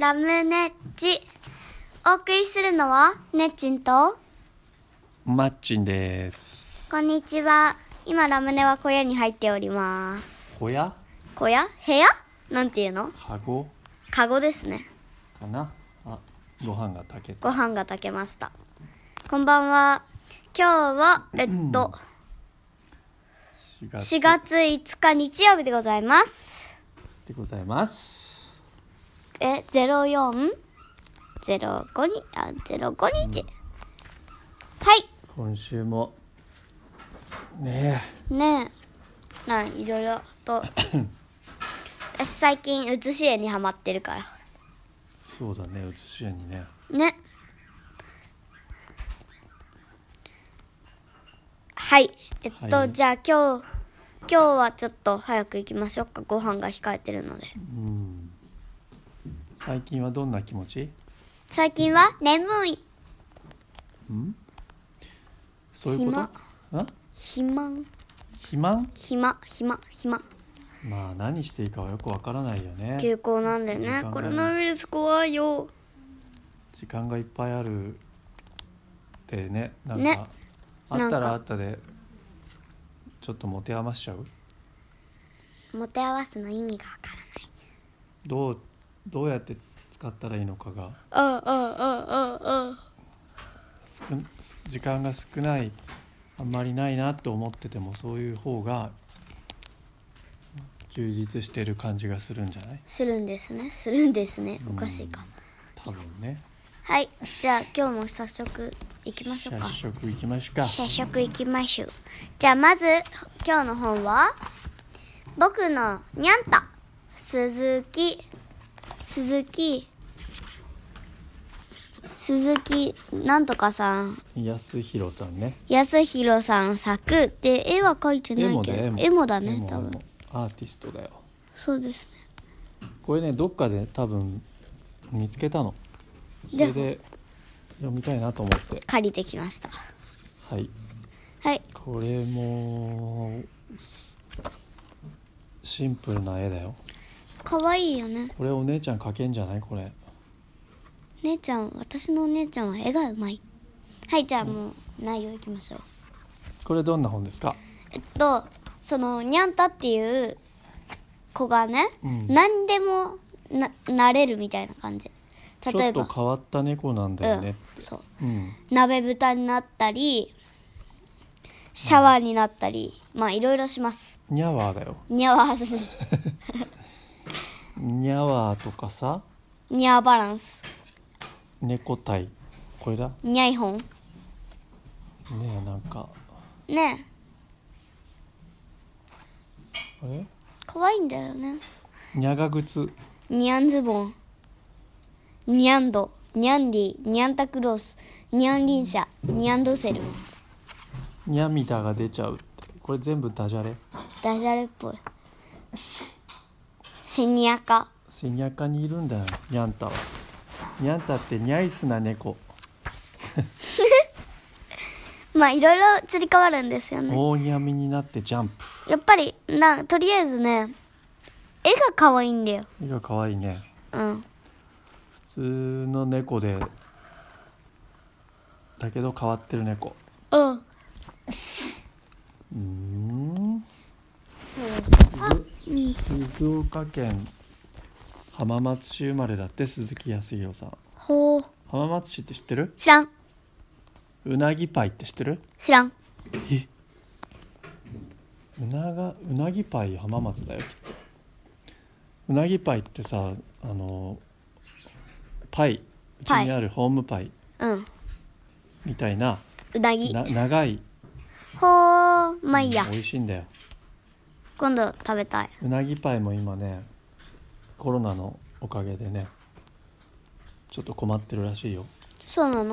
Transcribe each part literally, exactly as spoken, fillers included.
ラムネッチ。お送りするのはネッチンとマッチンです。 こんにちは。今ラムネは小屋に入っております。 小屋？ 小屋？部屋？なんていうの？ カゴ？ カゴですね。 かな。あ、ご飯が炊けた。 ご飯が炊けました。こんばんは。今日はえっとしがついつか日曜日でございますでございますえゼロよんゼロごにあゼロごにち、うん、はい今週もねえねえないろいろと私最近写し絵にハマってるから。 そうだね、写し絵にねねはいえっと、はい、じゃあ今日今日はちょっと早く行きましょうか。ご飯が控えてるので。 うん。最近はどんな気持ち？ 最近は眠い。 ん？そういうこと？ 暇。 肥満？ 暇暇暇。 まあ何していいかはよくわからないよね。 休校なんでね。コロナウイルス怖いよ。 時間がいっぱいあるってね、なんか、 ね、 あったらあったでちょっと持て余しちゃう。 持て余すの意味がわからない。 どうどうやって使ったらいいのかが。 ああああああ。 時間が少ない、あんまりないなと思ってても、そういう方が充実してる感じがするんじゃない？ するんですね。するんですね。おかしいか。 多分ね。 はい。じゃあ今日も早速行きましょうか。 早速行きましょうか。 早速行きましょう。じゃあまず今日の本は僕のにゃんた鈴木鈴木鈴木なんとかさん安弘さんね。 安弘さん作で、絵は描いてないけど絵も絵もだね。多分アーティストだよ。 そうですね。 これね、どっかで多分見つけたの。それで読みたいなと思って借りてきました。 はいはい。 これもシンプルな絵だよ。 かわいいよね。 これお姉ちゃん描けんじゃない？これ姉ちゃん、私のお姉ちゃんは絵がうまい。はい、じゃあもう内容いきましょう。 これどんな本ですか？ えっとそのにゃんたっていう子がね、うん、何でも な, なれるみたいな感じ。例えばちょっと変わった猫なんだよね、 うん、そう、 うん、 鍋蓋になったりシャワーになったり、うん、まあいろいろします。 ニャワーだよ。 ニャワーニャワーとかさ、 ニャーバランス、 猫体、これだニャイホンねえ、なんかねえ、あれかわいいんだよね。 ニャガ靴、 ニャンズボン、ニャンド、ニャンディ、ニャンタクロース、ニャンリンシャ、ニャンドセル、 ニャミダが出ちゃうって。これ全部ダジャレ。 ダジャレっぽい。セニアカ、 セニアカにいるんだよ、ニャンタは。ニャンタってニャイスな猫まあいろいろ釣り替わるんですよね。 大ニャミになってジャンプ。 やっぱりな、とりあえずね、絵が可愛いんだよ。 絵が可愛いね。 うん。 普通の猫でだけど変わってる猫。 うん。うーん。静岡県浜松市生まれだって、鈴木康弘さん。 ほう。 浜松市って知ってる？ 知らん。 うなぎパイって知ってる？ 知らん。 え、うながうなぎパイ浜松だよきっと。うなぎパイってさ、あのパイ、うちにあるホームパイみたいな、 うなぎな長い。 ほー、まあいいや、 うん、美味しいんだよ。 今度食べたい。 うなぎパイも今ね、コロナのおかげでね、ちょっと困ってるらしいよ。 そうなの？ うん。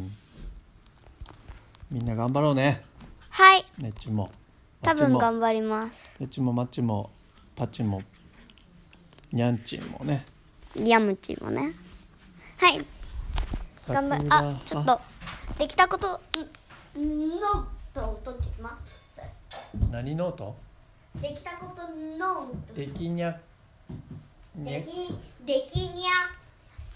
みんな頑張ろうね。 はい。 ねっちも。 多分頑張ります。 ねっちもまっちもパッチもにゃんちんもね。 リアムチもね。はい。頑張り、あ、ちょっとできたことノートを取ってきます。 何ノート？ できたことノート。 できにゃ。 できできにゃ